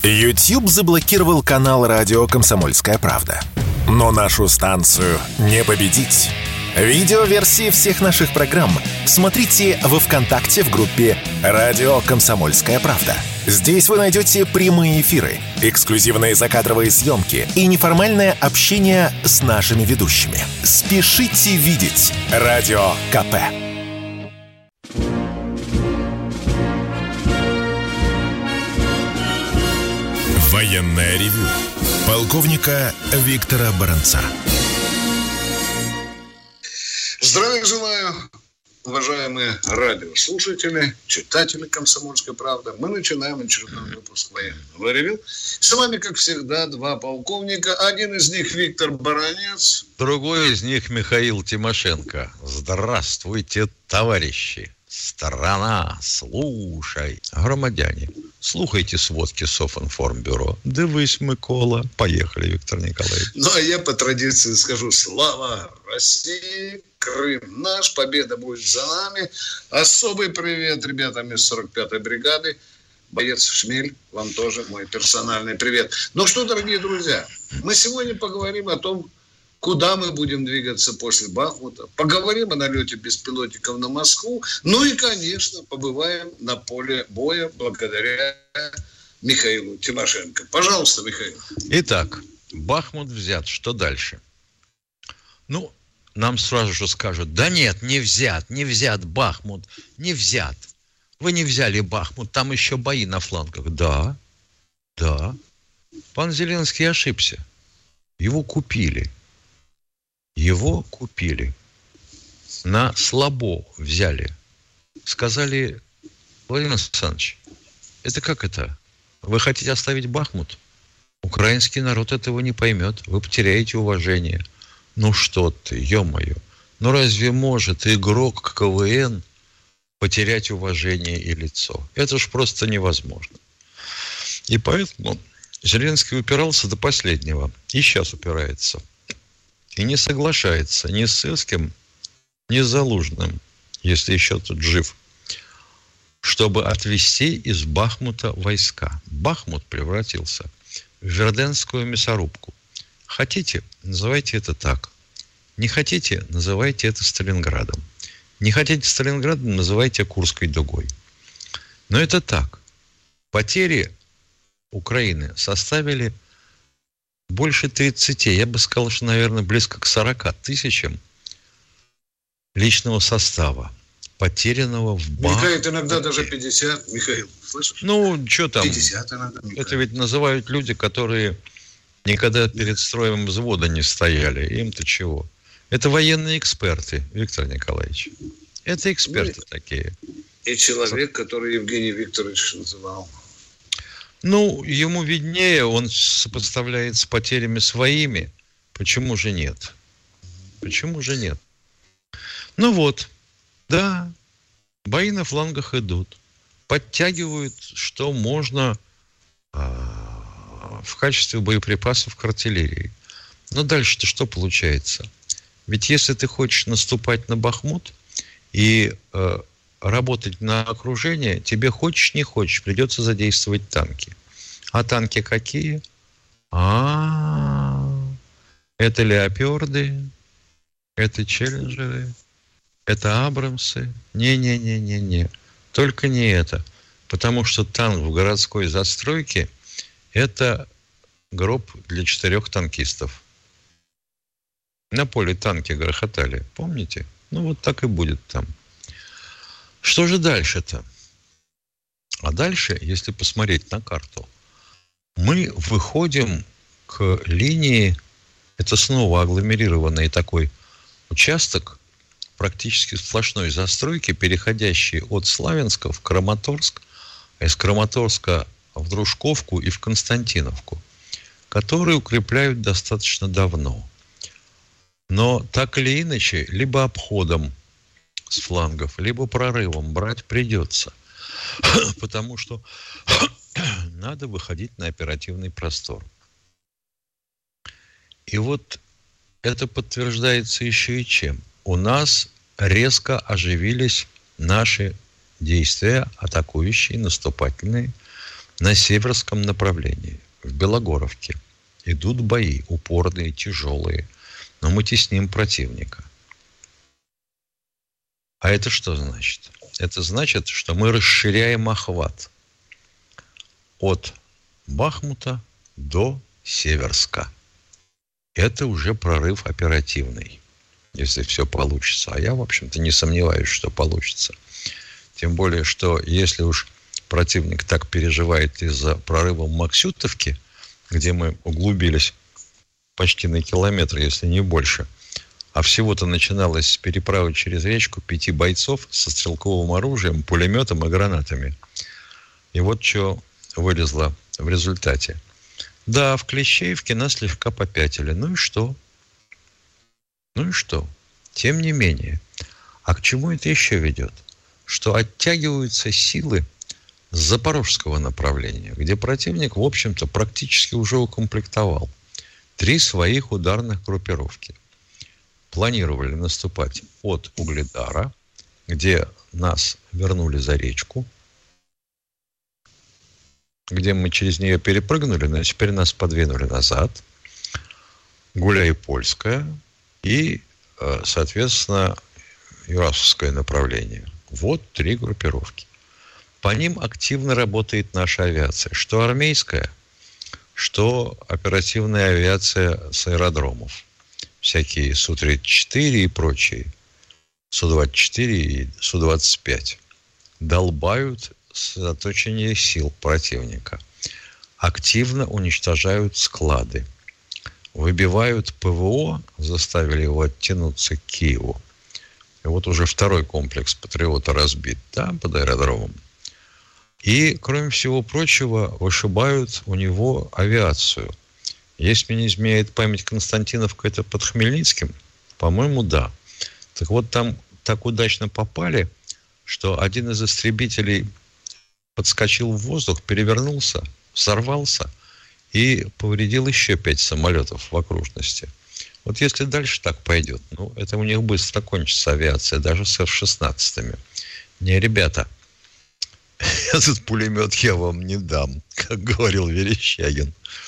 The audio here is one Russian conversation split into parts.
YouTube заблокировал канал радио «Комсомольская правда». Но нашу станцию не победить. Видеоверсии всех наших программ смотрите во ВКонтакте в группе «Радио Комсомольская правда». Здесь вы найдете прямые эфиры, эксклюзивные закадровые съемки и неформальное общение с нашими ведущими. Спешите видеть Радио КП. Военное ревю полковника Виктора Баранца. Здравия желаю, уважаемые радиослушатели, читатели «Комсомольской правды». Мы начинаем очередной выпуск военного ревю. С вами, как всегда, два полковника. Один из них Виктор Баранец. Другой из них Михаил Тимошенко. Здравствуйте, товарищи. Страна, слушай. Громадяне, слухайте сводки Софинформбюро. Дивись, Микола. Поехали, Виктор Николаевич. Ну, а я по традиции скажу: слава России, Крым наш, победа будет за нами. Особый привет ребятам из 45-й бригады. Боец Шмель, вам тоже мой персональный привет. Ну что, дорогие друзья, мы сегодня поговорим о том, куда мы будем двигаться после Бахмута. Поговорим о налете беспилотников на Москву. Ну и, конечно, побываем на поле боя благодаря Михаилу Тимошенко. Пожалуйста, Михаил. Итак, Бахмут взят. Что дальше? Ну, нам сразу же скажут: да нет, не взят Бахмут, не взят. Вы не взяли Бахмут, там еще бои на флангах. Да. Пан Зеленский ошибся. Его купили. На слабо взяли. Сказали: Владимир Александрович, это как это? Вы хотите оставить Бахмут? Украинский народ этого не поймет. Вы потеряете уважение. Ну что ты, ё-моё. Ну разве может игрок КВН потерять уважение и лицо? Это ж просто невозможно. И поэтому Зеленский упирался до последнего. И сейчас упирается. И не соглашается ни с Сырским, ни с Залужным, если еще тут жив, чтобы отвести из Бахмута войска. Бахмут превратился в Верденскую мясорубку. Хотите, называйте это так. Не хотите, называйте это Сталинградом. Не хотите Сталинградом, называйте Курской дугой. Но это так. Потери Украины составили больше 30, я бы сказал, что, наверное, близко к 40 тысячам личного состава, потерянного в Бахмуте. Михаил, иногда даже 50. Михаил, слышишь? Ну, что там? 50 иногда, Михаил. Это ведь называют люди, которые никогда перед строем взвода не стояли. Им-то чего? Это военные эксперты, Виктор Николаевич. Это эксперты такие. И человек, который Евгений Викторович называл. Ну, ему виднее, он сопоставляет с потерями своими. Почему же нет? Ну вот, да, бои на флангах идут. Подтягивают, что можно в качестве боеприпасов к артиллерии. Но дальше-то что получается? Ведь если ты хочешь наступать на Бахмут и работать на окружение, тебе хочешь, не хочешь, придется задействовать танки. А танки какие? Это Леопарды, это Челленджеры, это Абрамсы. Не. Только не это. Потому что танк в городской застройке – это гроб для 4 танкистов. На поле танки грохотали, помните? Ну, вот так и будет там. Что же дальше-то? А дальше, если посмотреть на карту, мы выходим к линии, это снова агломерированный такой участок, практически сплошной застройки, переходящий от Славянска в Краматорск, а из Краматорска в Дружковку и в Константиновку, которые укрепляют достаточно давно. Но так или иначе, либо обходом с флангов, либо прорывом брать придется. Потому что надо выходить на оперативный простор. И вот это подтверждается еще и чем? У нас резко оживились наши действия, атакующие, наступательные, На северском направлении, в Белогоровке, идут бои упорные, тяжелые, но мы тесним противника. А это что значит? Это значит, что мы расширяем охват от Бахмута до Северска. Это уже прорыв оперативный, если все получится. А я, в общем-то, не сомневаюсь, что получится. Тем более, что если уж противник так переживает из-за прорыва Максютовки, где мы углубились почти на километр, если не больше, а всего-то начиналось с переправы через речку 5 бойцов со стрелковым оружием, пулеметом и гранатами. И вот что вылезло в результате. Да, в Клещеевке нас слегка попятили. Ну и что? Ну и что? Тем не менее. А к чему это еще ведет? Что оттягиваются силы с запорожского направления, где противник, в общем-то, практически уже укомплектовал 3 своих ударных группировки. Планировали наступать от Угледара, где нас вернули за речку, где мы через нее перепрыгнули, но теперь нас подвинули назад. Гуляй-Польская и, соответственно, Юрасовское направление. Вот 3 группировки. По ним активно работает наша авиация. Что армейская, что оперативная авиация с аэродромов. Всякие Су-34 и прочие. Су-24 и Су-25. Долбают сосредоточение сил противника. Активно уничтожают склады. Выбивают ПВО, заставили его оттянуться к Киеву. И вот уже 2-й комплекс «Патриота» разбит, да, под аэродромом. И, кроме всего прочего, вышибают у него авиацию. Если мне не изменяет память, Константиновка — это под Хмельницким? По-моему, да. Так вот, там так удачно попали, что один из истребителей подскочил в воздух, перевернулся, взорвался и повредил еще 5 самолетов в окружности. Вот если дальше так пойдет, ну, это у них быстро кончится авиация, даже с F-16. Не, ребята, этот пулемет я вам не дам, как говорил Верещагин.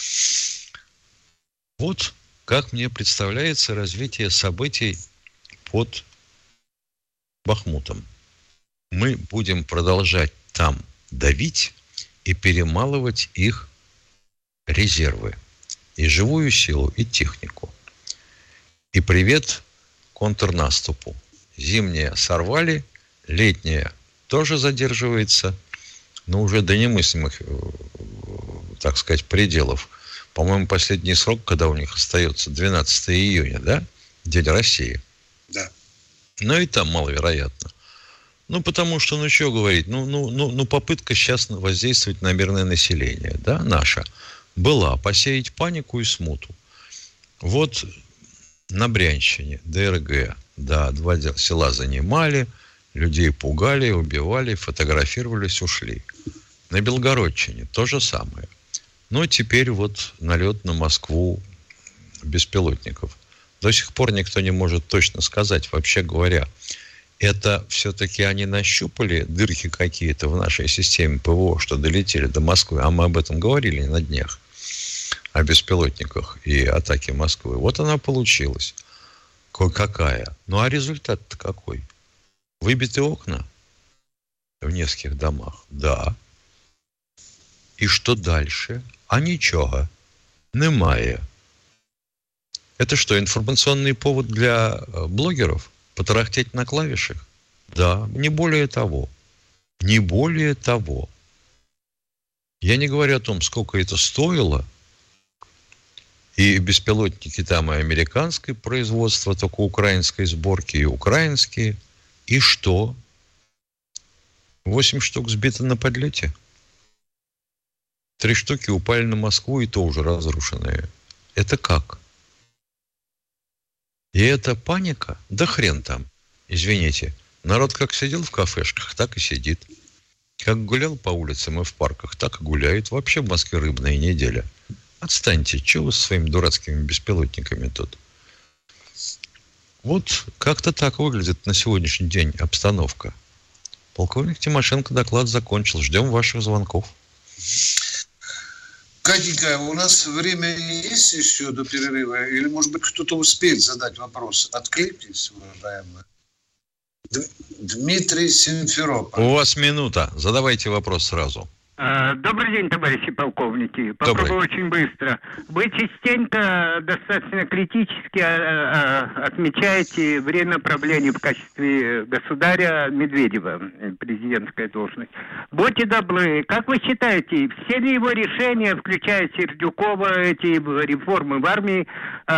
Вот как мне представляется развитие событий под Бахмутом. Мы будем продолжать там давить и перемалывать их резервы, и живую силу, и технику. И привет контрнаступу. Зимнее сорвали, летнее тоже задерживается, но уже до немыслимых, так сказать, пределов. По-моему, последний срок, когда у них остается 12 июня, да? День России. Да. Но и там маловероятно. Ну, потому что, ну, что говорить, попытка сейчас воздействовать на мирное население, да, наша, была посеять панику и смуту. Вот на Брянщине, ДРГ, да, 2 села занимали, людей пугали, убивали, фотографировались, ушли. На Белгородчине то же самое. Но теперь вот налет на Москву беспилотников. До сих пор никто не может точно сказать, вообще говоря, это все-таки они нащупали дырки какие-то в нашей системе ПВО, что долетели до Москвы, а мы об этом говорили на днях, о беспилотниках и атаке Москвы. Вот она получилась. Какая? Ну, а результат-то какой? Выбиты окна в нескольких домах? Да. И что дальше? А ничего. Немає. Это что, информационный повод для блогеров? Потарахтеть на клавишах? Да, не более того. Не более того. Я не говорю о том, сколько это стоило. И беспилотники там и американское производство, только украинской сборки, и украинские. И что? 8 штук сбито на подлете. 3 штуки упали на Москву, и то уже разрушенные. Это как? И это паника? Да хрен там. Извините. Народ как сидел в кафешках, так и сидит. Как гулял по улицам и в парках, так и гуляет. Вообще в Москве рыбная неделя. Отстаньте, чего вы со своими дурацкими беспилотниками тут? Вот как-то так выглядит на сегодняшний день обстановка. Полковник Тимошенко доклад закончил. Ждем ваших звонков. Катенька, у нас время есть еще до перерыва? Или, может быть, кто-то успеет задать вопрос? Откликнитесь, уважаемые. Дмитрий Симферополь. У вас минута. Задавайте вопрос сразу. Добрый день, товарищи полковники. Попробую очень быстро. Вы частенько достаточно критически отмечаете время правления в качестве государя Медведева, президентская должность. Будьте добры, как вы считаете, все ли его решения, включая Сердюкова, эти реформы в армии,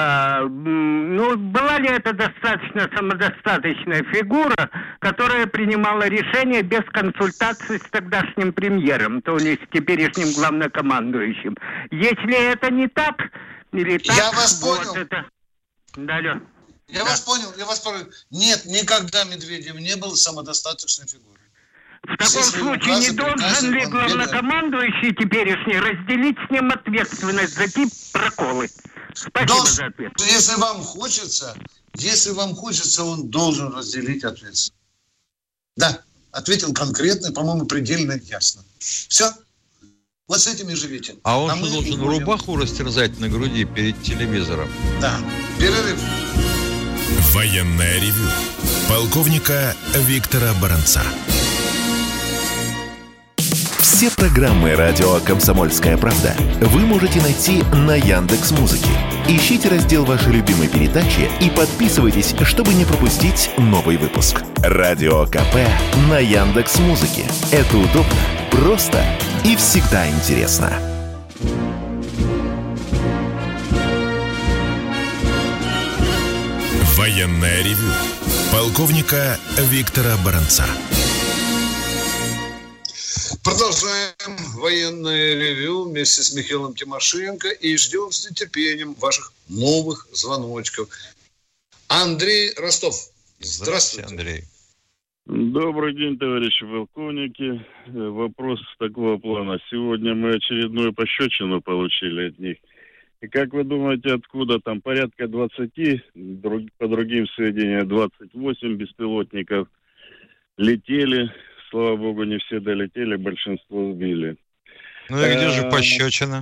была ли это достаточно самодостаточная фигура, которая принимала решения без консультации с тогдашним премьером, то есть теперешним главнокомандующим? Если это не так, или так... Я вас понял. Далее. Я вас понял. Нет, никогда Медведев не был самодостаточной фигурой. В таком случае не должен ли главнокомандующий теперешний разделить с ним ответственность за те проколы? Спасибо за ответ. Если вам хочется, он должен разделить ответственность. Да, ответил конкретно, по-моему, предельно ясно. Все. Вот с этим и живите. А он что, должен рубаху растерзать на груди перед телевизором? Да. Перерыв. Военное ревю полковника Виктора Баранца. Все программы радио «Комсомольская правда» вы можете найти на Яндекс.Музыке. Ищите раздел вашей любимой передачи и подписывайтесь, чтобы не пропустить новый выпуск. Радио КП на Яндекс.Музыке. Это удобно, просто и всегда интересно. Военное ревю полковника Виктора Баранца. Продолжаем военное ревю вместе с Михаилом Тимошенко и ждем с нетерпением ваших новых звоночков. Андрей Ростов. Здравствуйте, Андрей. Добрый день, товарищи полковники. Вопрос такого плана. Сегодня мы очередную пощечину получили от них. И как вы думаете, откуда там порядка 20, по другим сведениям, 28 беспилотников летели? Слава богу, не все долетели, большинство сбили. Ну и где же пощечина?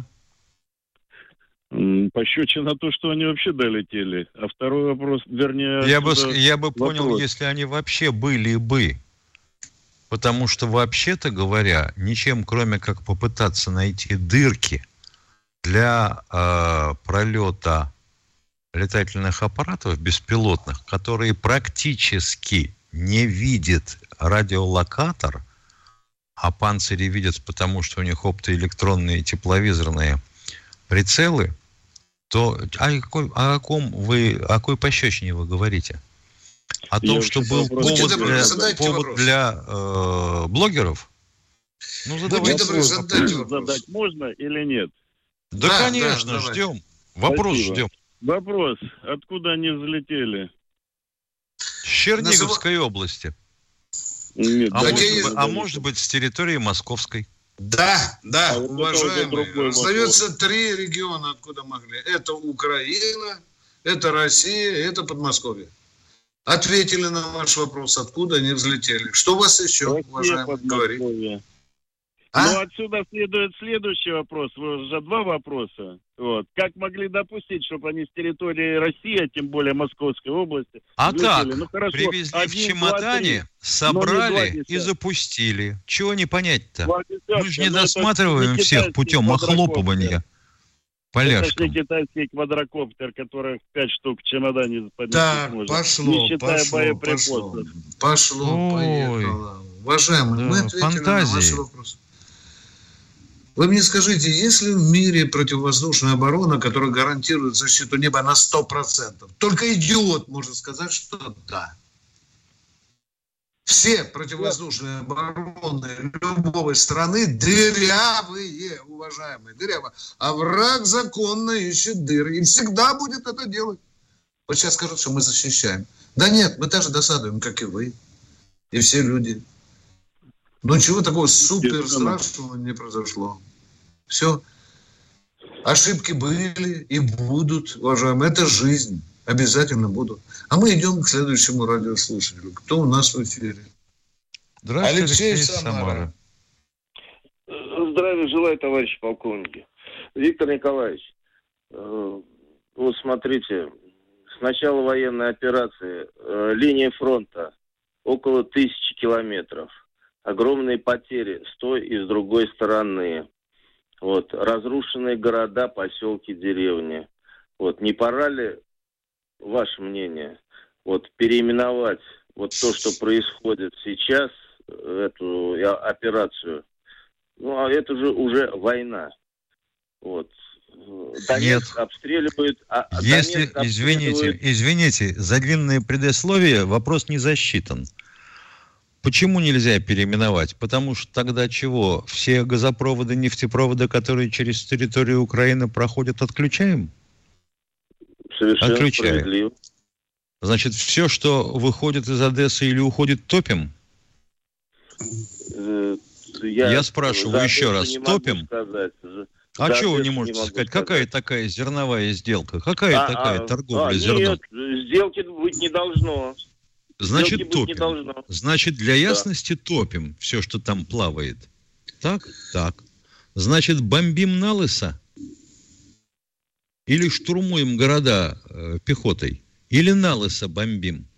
Пощечина то, что они вообще долетели. А второй вопрос, вернее... Я бы понял, если они вообще были бы. Потому что, вообще-то говоря, ничем, кроме как попытаться найти дырки для пролета летательных аппаратов беспилотных, которые практически не видит радиолокатор, а панцири видят, потому что у них оптоэлектронные тепловизорные прицелы, то о какой пощечине вы говорите? О том, что был повод для блогеров? Ну, задавайте. Задать можно или нет? Да, конечно, ждем. Вопрос ждем. Вопрос. Откуда они взлетели? С Черниговской области. Нет, может быть, с территории Московской. Да, уважаемые. Остается 3 региона, откуда могли. Это Украина, это Россия, это Подмосковье. Ответили на ваш вопрос, откуда они взлетели. Что у вас еще, уважаемые, говорите? Ну, отсюда следует следующий вопрос. Уже 2 вопроса. Вот. Как могли допустить, чтобы они с территории России, а тем более Московской области... А так, привезли в чемодане, собрали и запустили. Чего не понять-то? Мы же не досматриваем всех путем охлопывания поляшком. Это не китайский квадрокоптер, который 5 штук в чемодане поднести да, может. Пошло. Поехало. Уважаемые, мы ответили на ваши вопросы. Вы мне скажите, есть ли в мире противовоздушная оборона, которая гарантирует защиту неба на 100%? Только идиот может сказать, что да. Все противовоздушные обороны любой страны дырявые, уважаемые, дырявые. А враг законно ищет дыры и всегда будет это делать. Вот сейчас скажут, что мы защищаем. Да нет, мы тоже досадуем, как и вы, и все люди. Но ничего такого супер страшного не произошло. Все. Ошибки были и будут, уважаемые. Это жизнь. Обязательно будут. А мы идем к следующему радиослушателю. Кто у нас в эфире? Здравствуйте, Алексей Самара. Здравия желаю, товарищи полковники. Виктор Николаевич, вот смотрите, с начала военной операции линия фронта около 1000 километров. Огромные потери с той и с другой стороны. Вот, разрушенные города, поселки, деревни. Вот, не пора ли, ваше мнение, вот, переименовать вот то, что происходит сейчас, эту операцию? Ну, а это же уже война. Вот. Донецк обстреливают. Если, извините, за длинное предисловие вопрос не засчитан. Почему нельзя переименовать? Потому что тогда чего? Все газопроводы, нефтепроводы, которые через территорию Украины проходят, отключаем? Совершенно отключаем. Справедливо. Значит, все, что выходит из Одессы или уходит, топим? Я спрашиваю еще раз, топим? А чего вы не можете сказать? Какая такая зерновая сделка? Какая такая торговля зерном? Нет, сделки быть не должно. Значит, топим. Значит, для ясности топим все, что там плавает. Так? Так. Значит, бомбим налысо? Или штурмуем города пехотой? Или налысо бомбим?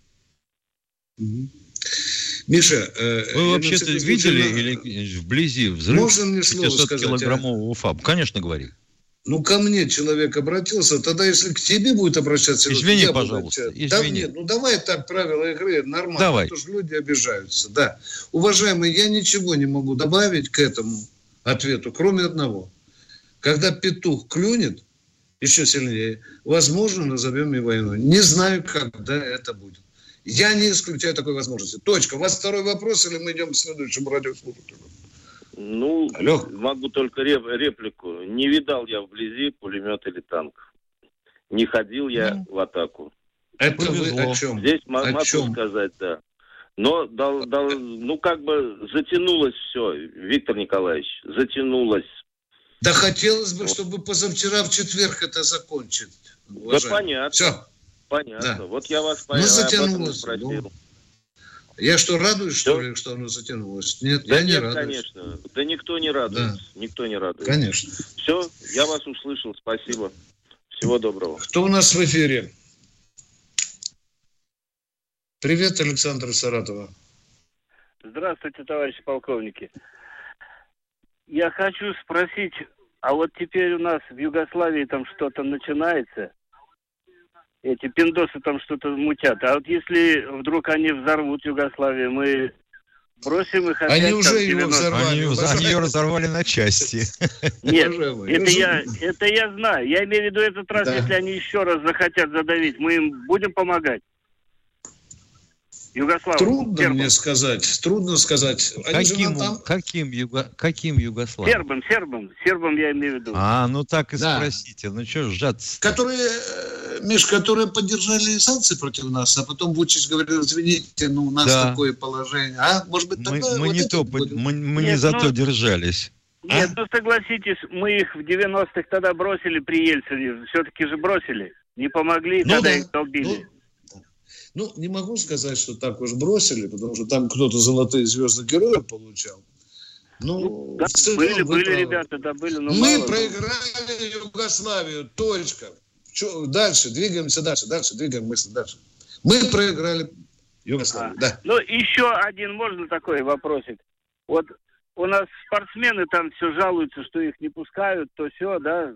Миша, вы вообще-то видели или вблизи взрыв 500-килограммового ФАБ? Конечно, говори. Ну, ко мне человек обратился, тогда если к тебе будет обращаться... Извини, пожалуйста. Извини. Да, нет, ну, давай так, правила игры нормально, давай. Потому что люди обижаются. Да. Уважаемый, я ничего не могу добавить к этому ответу, кроме одного. Когда петух клюнет, еще сильнее, возможно, назовем и войну. Не знаю, когда это будет. Я не исключаю такой возможности. Точка. У вас второй вопрос, или мы идем к следующему радиослушателю? Ну, алло. Могу только реплику. Не видал я вблизи пулемет или танк. Не ходил я в атаку. Это вы о чем? Здесь могу сказать, да. Но, как бы затянулось все, Виктор Николаевич, затянулось. Да хотелось бы, чтобы позавчера в четверг это закончить. Да понятно. Все. Понятно. Да. Вот я вас затянулось, спросил. Ну, я что, радуюсь, что ли, что оно затянулось? Нет, да я не радуюсь. Конечно. Да никто не радуется. Да. Никто не радуется. Конечно. Все, я вас услышал. Спасибо. Всего доброго. Кто у нас в эфире? Привет, Александр Саратова. Здравствуйте, товарищи полковники. Я хочу спросить, а вот теперь у нас в Югославии там что-то начинается? Эти пиндосы там что-то мутят. А вот если вдруг они взорвут Югославию, мы бросим их опять... Они уже ее взорвали. Они ее разорвали на части. Нет, это я знаю. Я имею в виду этот раз, если они еще раз захотят задавить, мы им будем помогать. Трудно сказать. Каким Югославией? Сербам я имею в виду. Ну так и спросите. Ну что сжаться? Которые поддержали санкции против нас, а потом Вучич говорил, извините, у нас такое положение. Может быть, тогда мы не зато держались. Нет, согласитесь, мы их в 90-х тогда бросили при Ельцине. Все-таки же бросили. Не помогли, тогда их долбили. Не могу сказать, что так уж бросили, потому что там кто-то золотые звезды героев получал. Были ребята, были, но мы проиграли Югославию, точка. Дальше, двигаемся дальше, двигаем мысль дальше. Мы проиграли Югославию, да. Еще один, можно такой вопросик? Вот у нас спортсмены там все жалуются, что их не пускают, то все, да,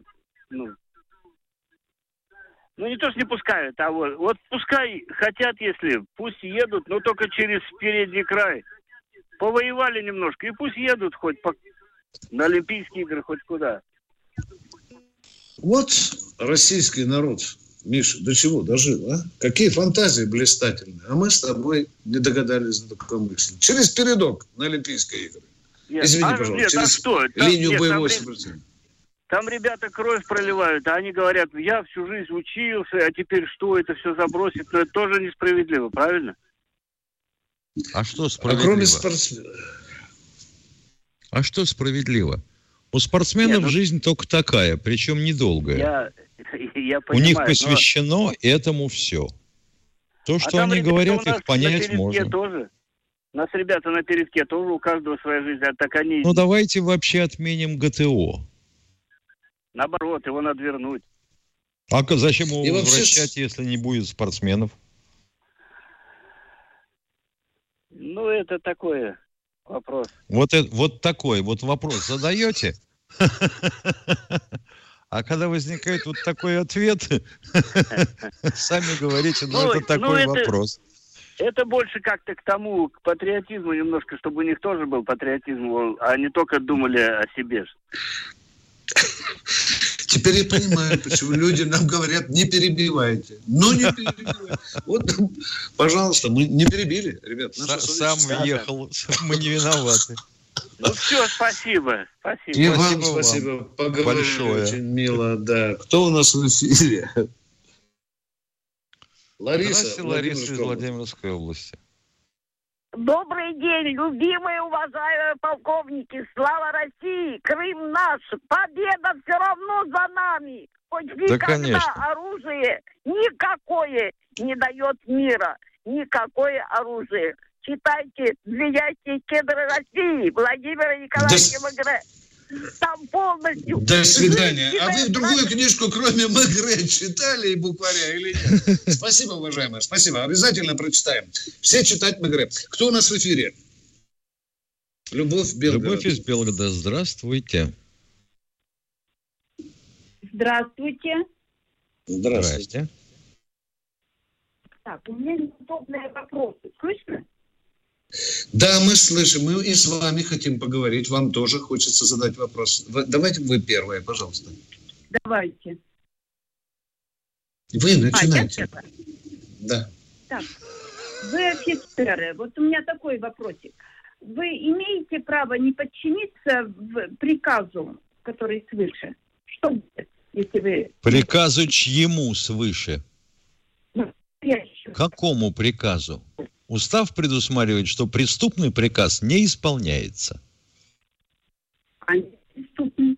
не то, что не пускают, а вот пускай хотят, если, пусть едут, но только через передний край. Повоевали немножко, и пусть едут хоть на Олимпийские игры, хоть куда. Вот российский народ, Миша, до чего дожил, а? Какие фантазии блистательные. А мы с тобой не догадались до такой мысли. Через передок на Олимпийские игры. Извини, пожалуйста, через линию боевого сопротивления. Там ребята кровь проливают, а они говорят, я всю жизнь учился, а теперь что, это все забросить? Но это тоже несправедливо, правильно? А что справедливо? А что справедливо? У спортсменов жизнь только такая, причем недолгая. Я понимаю, у них посвящено этому все. То, что они говорят, их понять можно. Тоже. У нас ребята на передке тоже, у каждого своя жизнь, а так они... Давайте вообще отменим ГТО. Наоборот, его надо вернуть. А зачем его И вообще возвращать, если не будет спортсменов? Ну, это такой вопрос. Вот такой вот вопрос задаете, а когда возникает вот такой ответ, сами говорите, это такой вопрос. Это больше как-то к тому, к патриотизму немножко, чтобы у них тоже был патриотизм, а не только думали о себе. Теперь я понимаю, почему люди нам говорят, не перебивайте. Ну, не перебивайте. Вот, пожалуйста, мы не перебили, ребят. Сам въехал, мы не виноваты. Ну все, спасибо. И вам спасибо. Поговорили большое. Очень мило, да. Кто у нас в эфире? Лариса. Здравствуйте, Лариса из Владимирской области. Добрый день, любимые, уважаемые полковники. Слава России! Крым наш! Победа все равно за нами! Хоть никогда оружие никакое не дает мира. Никакое оружие. Читайте «Звенящие кедры России» Владимира Николаевича Мегре. Там полностью... До свидания. А вы другую книжку, кроме Мегре, читали и букваря или нет? Спасибо, уважаемые. Спасибо. Обязательно прочитаем. Все читать Мегре. Кто у нас в эфире? Любовь Белгород. Любовь из Белгорода. Здравствуйте. Здравствуйте. Здравствуйте. Так, у меня неудобные вопросы. Слышно? Да, мы слышим. Мы и с вами хотим поговорить. Вам тоже хочется задать вопрос. Давайте вы первые, пожалуйста. Давайте. Вы начинайте. Да. Так, вы офицеры. Вот у меня такой вопросик. Вы имеете право не подчиниться приказу, который свыше? Что будет, если вы... Приказу чьему свыше? Какому приказу? Устав предусматривает, что преступный приказ не исполняется. А не преступный.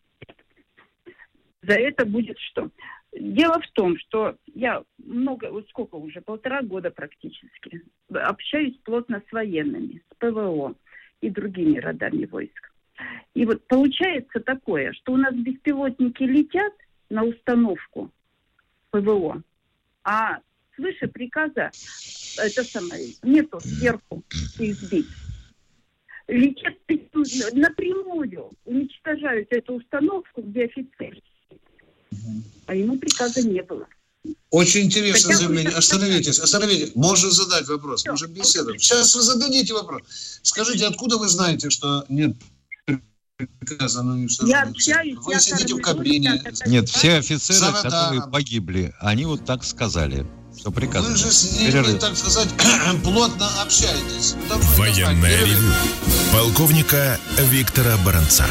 За это будет что? Дело в том, что я сколько уже, 1,5 года практически, общаюсь плотно с военными, с ПВО и другими родами войск. И вот получается такое, что у нас беспилотники летят на установку ПВО, а свыше приказа нету сверху избить. Летят напрямую, уничтожают эту установку, где офицер. А ему приказа не было. Очень интересное заявление. Остановитесь. Можно задать вопрос. Мы же беседуем. Сейчас вы зададите вопрос. Скажите, откуда вы знаете, что нет приказа на уничтожение? Я общаюсь. Вы сидите в кабине. Нет, все офицеры, которые погибли, они вот так сказали. Что приказ. Вы же с ними, так сказать, плотно общаетесь. Военное ревю полковника Виктора Баранца.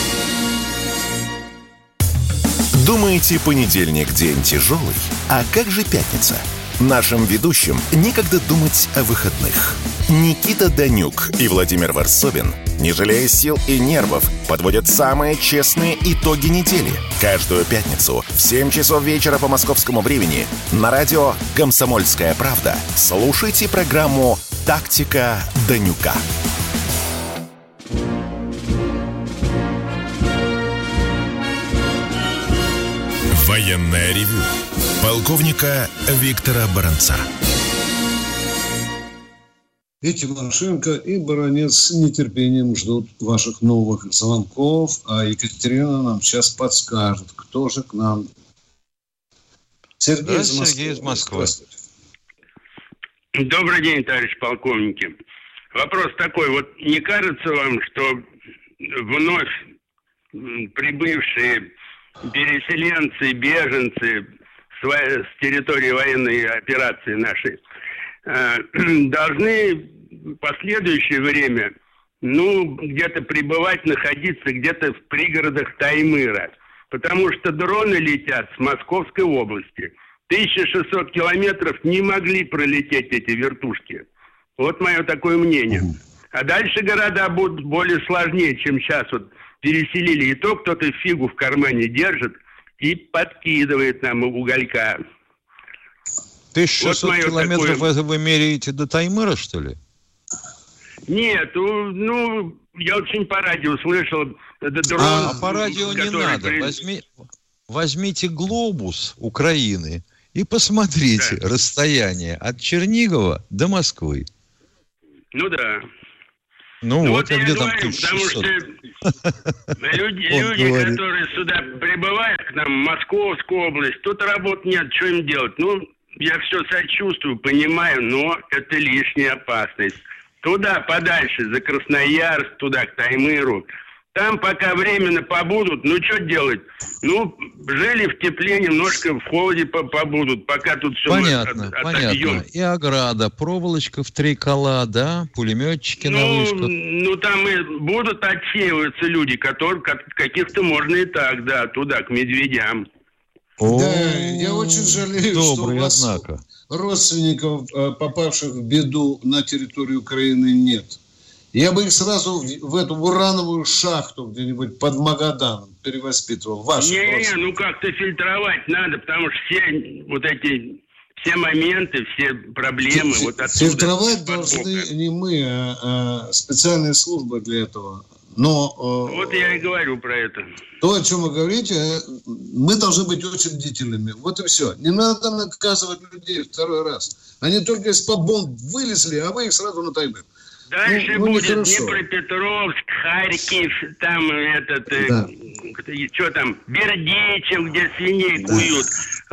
Думаете, понедельник день тяжелый? А как же пятница? Нашим ведущим некогда думать о выходных. Никита Данюк и Владимир Варсобин, не жалея сил и нервов, подводят самые честные итоги недели. Каждую пятницу в 7 часов вечера по московскому времени на радио «Комсомольская правда» слушайте программу «Тактика Данюка». Военное ревю полковника Виктора Баранца. И Тимошенко, и Баранец с нетерпением ждут ваших новых звонков, а Екатерина нам сейчас подскажет, кто же к нам. Сергей из Москвы. Добрый день, товарищ полковники. Вопрос такой, вот не кажется вам, что вновь прибывшие переселенцы, беженцы с территории военной операции нашей должны в последующее время, где-то пребывать, находиться где-то в пригородах Таймыра, потому что дроны летят с Московской области. 1600 километров не могли пролететь эти вертушки. Вот мое такое мнение. А дальше города будут более сложнее, чем сейчас. Вот переселили, и то кто-то фигу в кармане держит и подкидывает нам уголька. 1600 вот километров такое... это вы меряете до Таймыра, что ли? Нет, я очень по радио слышал, дрон. А по радио не надо. Возьмите глобус Украины и посмотрите расстояние от Чернигова до Москвы. Ну да. Ну вот, а где там говорю, 1600? Потому что люди, которые сюда прибывают, к нам, в Московскую область, тут работы нет, что им делать? Ну, я все сочувствую, понимаю, но это лишняя опасность. Туда, подальше, за Красноярск, туда, к Таймыру. Там пока временно побудут, ну что делать? Ну, жили в тепле, немножко в холоде побудут, пока тут все... Понятно. И ограда, проволочка в 3 кола, да? Пулеметчики на вышках. Ну, там и будут отсеиваться люди, каких-то можно и так, да, туда, к медведям. Да, я очень жалею, что у вас однако родственников, попавших в беду на территории Украины, нет. Я бы их сразу в эту урановую шахту где-нибудь под Магаданом перевоспитывал. Ну как-то фильтровать надо, потому что все моменты, все проблемы вот отсюда. Фильтровать должны не мы, а специальные службы для этого. Но вот я и говорю про это. То, о чем вы говорите, мы должны быть очень бдительными. Вот и все. Не надо наказывать людей второй раз. Они только из-под бомб вылезли, а вы их сразу на Таймыр. Дальше будет Днепропетровск, Харьков, там что там, Бердичев, где свиней куют.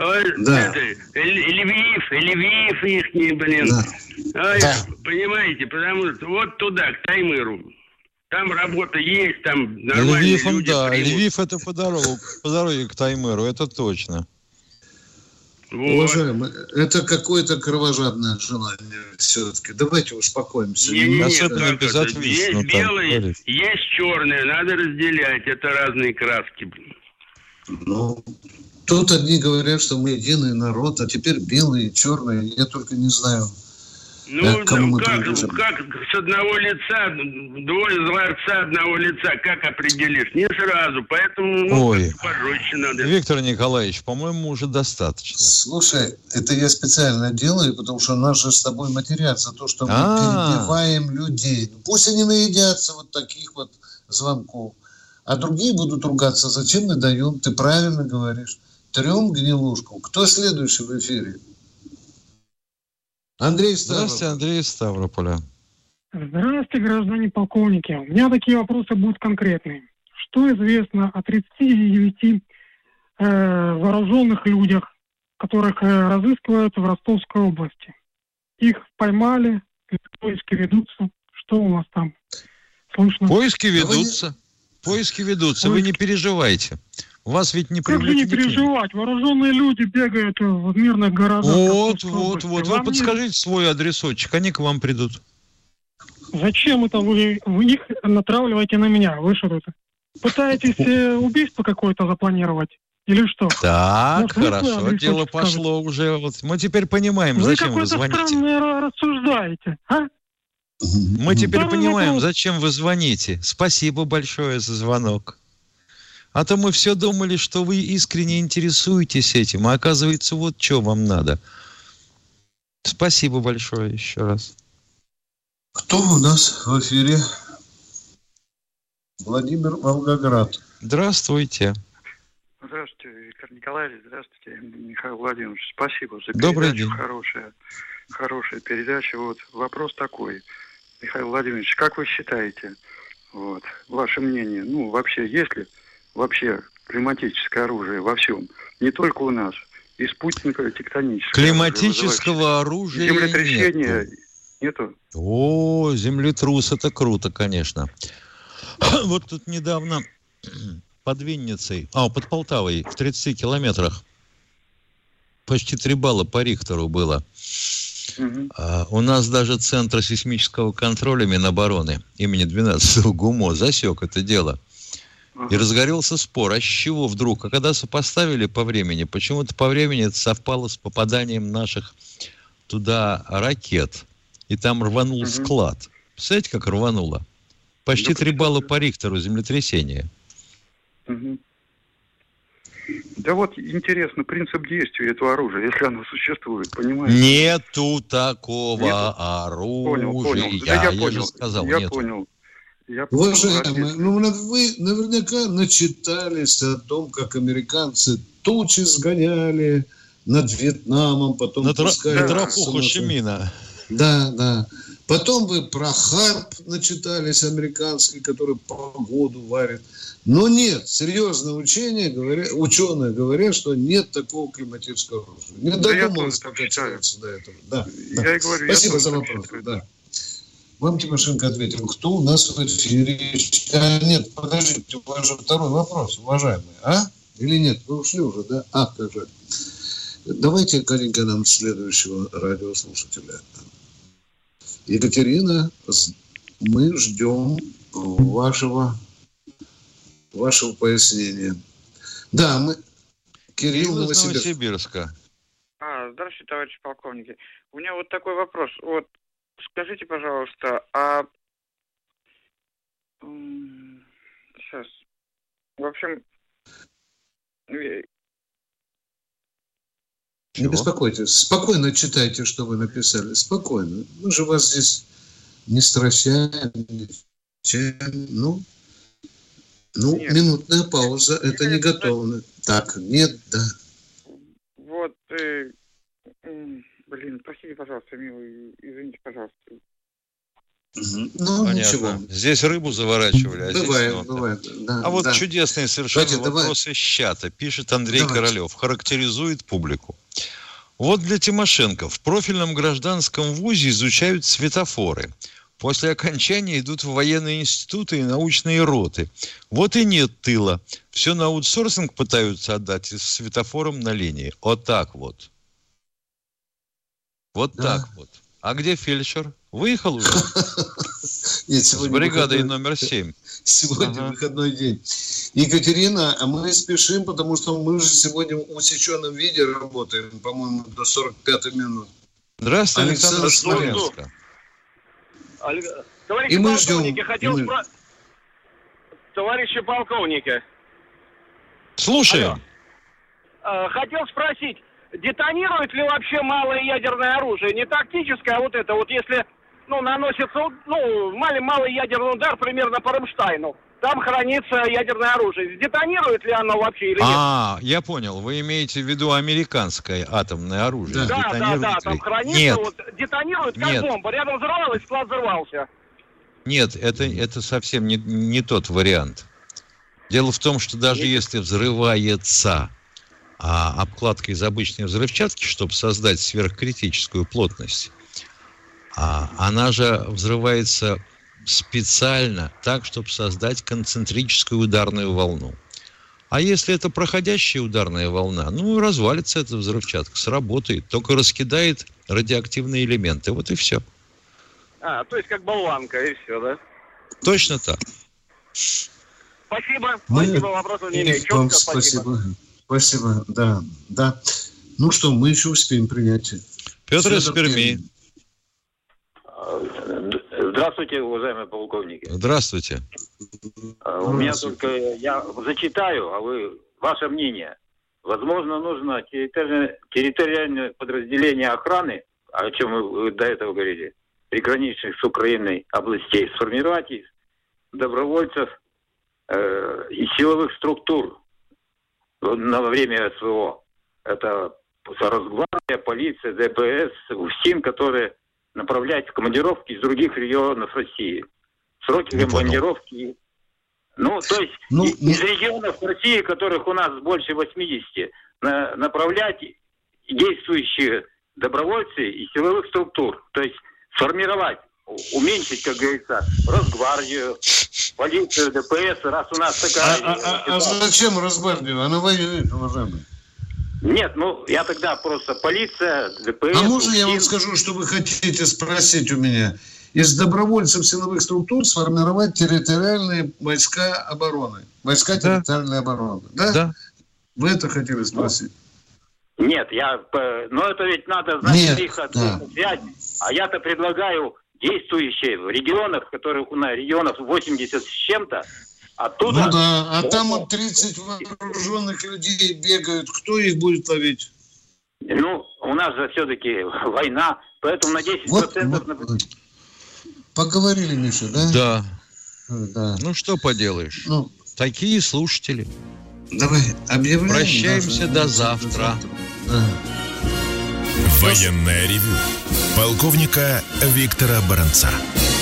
Львив ихний, блин. Понимаете, потому что вот туда, к Таймыру. Там работа есть, там нормальные люди. Львив это по дороге к Таймыру, это точно. Вот. Уважаемые, это какое-то кровожадное желание все-таки. Давайте успокоимся. Есть белые, есть черные, надо разделять. Это разные краски. Ну, тут одни говорят, что мы единый народ, а теперь белые и черные. Я только не знаю. Как с одного лица, двое дворца одного лица, как определишь? Не сразу, поэтому пожестче надо. Виктор Николаевич, по-моему, уже достаточно. Слушай, это я специально делаю, потому что нас же с тобой матерят за то, что мы перебиваем людей. Пусть они наедятся вот таких вот звонков, а другие будут ругаться. Зачем мы даем? Ты правильно говоришь. Трем гнилушку. Кто следующий в эфире? Андрей Ставрополь. Здравствуйте, Андрей Ставрополя. Здравствуйте, граждане полковники. У меня такие вопросы будут конкретные. Что известно о 39 вооруженных людях, которых разыскивают в Ростовской области? Их поймали, поиски ведутся. Что у вас там слышно? Поиски ведутся. Вы не переживайте. У вас ведь не привлекли. Как же не переживать? Вооруженные люди бегают в мирных городах. Вот. Вы подскажите свой адресочек, они к вам придут. Зачем это вы их натравливаете на меня? Вы что это? Пытаетесь убийство какое-то запланировать? Или что? Так, хорошо, дело пошло уже. Вот мы теперь понимаем, зачем вы звоните. Вы какое-то рассуждаете, а? Мы теперь понимаем, зачем вы звоните. Спасибо большое за звонок. А то мы все думали, что вы искренне интересуетесь этим, а оказывается, вот что вам надо. Спасибо большое еще раз. Кто у нас в эфире? Владимир, Волгоград. Здравствуйте. Здравствуйте, Виктор Николаевич. Здравствуйте, Михаил Владимирович. Спасибо за передачу. Добрый день. Хорошая передача. Вот вопрос такой. Михаил Владимирович, как вы считаете, ваше мнение, вообще, есть ли вообще климатическое оружие во всем? Не только у нас. И спутниковое тектоническое. Климатического оружия землетрясения нету. О, землетрус, это круто, конечно. Вот тут недавно под Винницей, под Полтавой, в 30 километрах, почти 3 балла по Рихтеру было. У нас даже Центр сейсмического контроля Минобороны имени 12-го ГУМО засек это дело. И разгорелся спор. А с чего вдруг? А когда сопоставили по времени, почему-то по времени это совпало с попаданием наших туда ракет. И там рванул склад. Представляете, как рвануло? Почти 3 балла по Рихтеру землетрясение. Да вот интересно, принцип действия этого оружия, если оно существует, понимаете? Нету такого оружия. Понял. Да, я же сказал, я нету. понял. Уважаемые, вы наверняка начитались о том, как американцы тучи сгоняли над Вьетнамом, потом на пускали... тропу Хошимина. Да. Потом вы про ХАРП начитались американский, который погоду варит. Но нет, серьезное учение, ученые говорят, что нет такого климатического оружия. Не додумалось пока человечество до этого. Да. Я и говорю, спасибо за вопрос. Да. Вам Тимошенко ответил, кто у нас в эфире? Нет, подождите, у вас же второй вопрос, уважаемые. Или нет? Вы ушли уже, да? Как же. Давайте, Катенька, нам следующего радиослушателя. Екатерина, мы ждем вашего пояснения. Да, Кирилл Новосибирска. Здравствуйте, товарищи полковники. У меня вот такой вопрос. Вот скажите, пожалуйста, сейчас. В общем... Не беспокойтесь. Спокойно читайте, что вы написали. Спокойно. Мы же вас здесь не стращаем, ничем. Нет. Минутная пауза. Это не готово. Так, нет, да. Вот, простите, пожалуйста, милый, извините, пожалуйста. Понятно. Ничего. Здесь рыбу заворачивали, бывает, да. Чудесный совершенно вопрос из чата. Пишет Андрей Королев. Характеризует публику. Вот для Тимошенко. В профильном гражданском вузе изучают светофоры. После окончания идут в военные институты и научные роты. Вот и нет тыла. Все на аутсорсинг пытаются отдать и с светофором на линии. Вот так вот. Так вот. А где фельдшер? Выехал уже? Нет, с бригадой номер 7. Сегодня выходной день. Екатерина, мы спешим, потому что мы же сегодня в усеченном виде работаем, по-моему, до 45 минут. Здравствуйте, Александр Смоленска. Товарищи полковники, Товарищи полковники. Слушаем. Хотел спросить, детонирует ли вообще малое ядерное оружие? Не тактическое, а вот это вот, если наносится малый ядерный удар примерно по Рамштайну, там хранится ядерное оружие. Детонирует ли оно вообще или нет? Я понял. Вы имеете в виду американское атомное оружие? Да, там хранится. Нет. Детонирует как бомба. Рядом взорвалось, склад взорвался. Нет, это совсем не тот вариант. Дело в том, что даже если взрывается обкладка из обычной взрывчатки, чтобы создать сверхкритическую плотность, она же взрывается специально так, чтобы создать концентрическую ударную волну. А если это проходящая ударная волна, развалится эта взрывчатка, сработает, только раскидает радиоактивные элементы. Вот и все. То есть как болванка, и все, да? Точно так. Спасибо, вопросов не имею. Четко Спасибо, да. Ну что, мы еще успеем принять. Петр из Перми. Здравствуйте, уважаемые полковники. Здравствуйте. У меня только... Я зачитаю, а ваше мнение. Возможно, нужно территориальное подразделение охраны, о чем вы до этого говорили, приграничных с Украиной областей, сформировать из добровольцев из силовых структур на время СВО. Это Росгвардия, полиция, ДПС, УФСИН, которые направлять в командировки из других регионов России. Сроки командировки. То есть из регионов России, которых у нас больше 80, направлять действующие добровольцы из силовых структур. То есть сформировать, уменьшить, как говорится, Росгвардию, полицию, ДПС, раз у нас такая... зачем Росгвардию? Она воюет, уважаемый. Нет, я тогда просто полиция, ДПС... можно я вам скажу, что вы хотите спросить у меня? Из добровольцев силовых структур сформировать территориальные войска обороны. Войска территориальной обороны. Да? Вы это хотели спросить? Нет, это ведь надо знать их связь. А я-то предлагаю действующие в регионах, которых у нас регионов 80 с чем-то, оттуда... там 30 вооруженных людей бегают. Кто их будет ловить? У нас же все-таки война, поэтому на 10%... Поговорили, Миша, да? Да. Да. Ну, что поделаешь? Ну, такие слушатели. Давай объявляем. Прощаемся до завтра. Военное ревю полковника Виктора Баранца.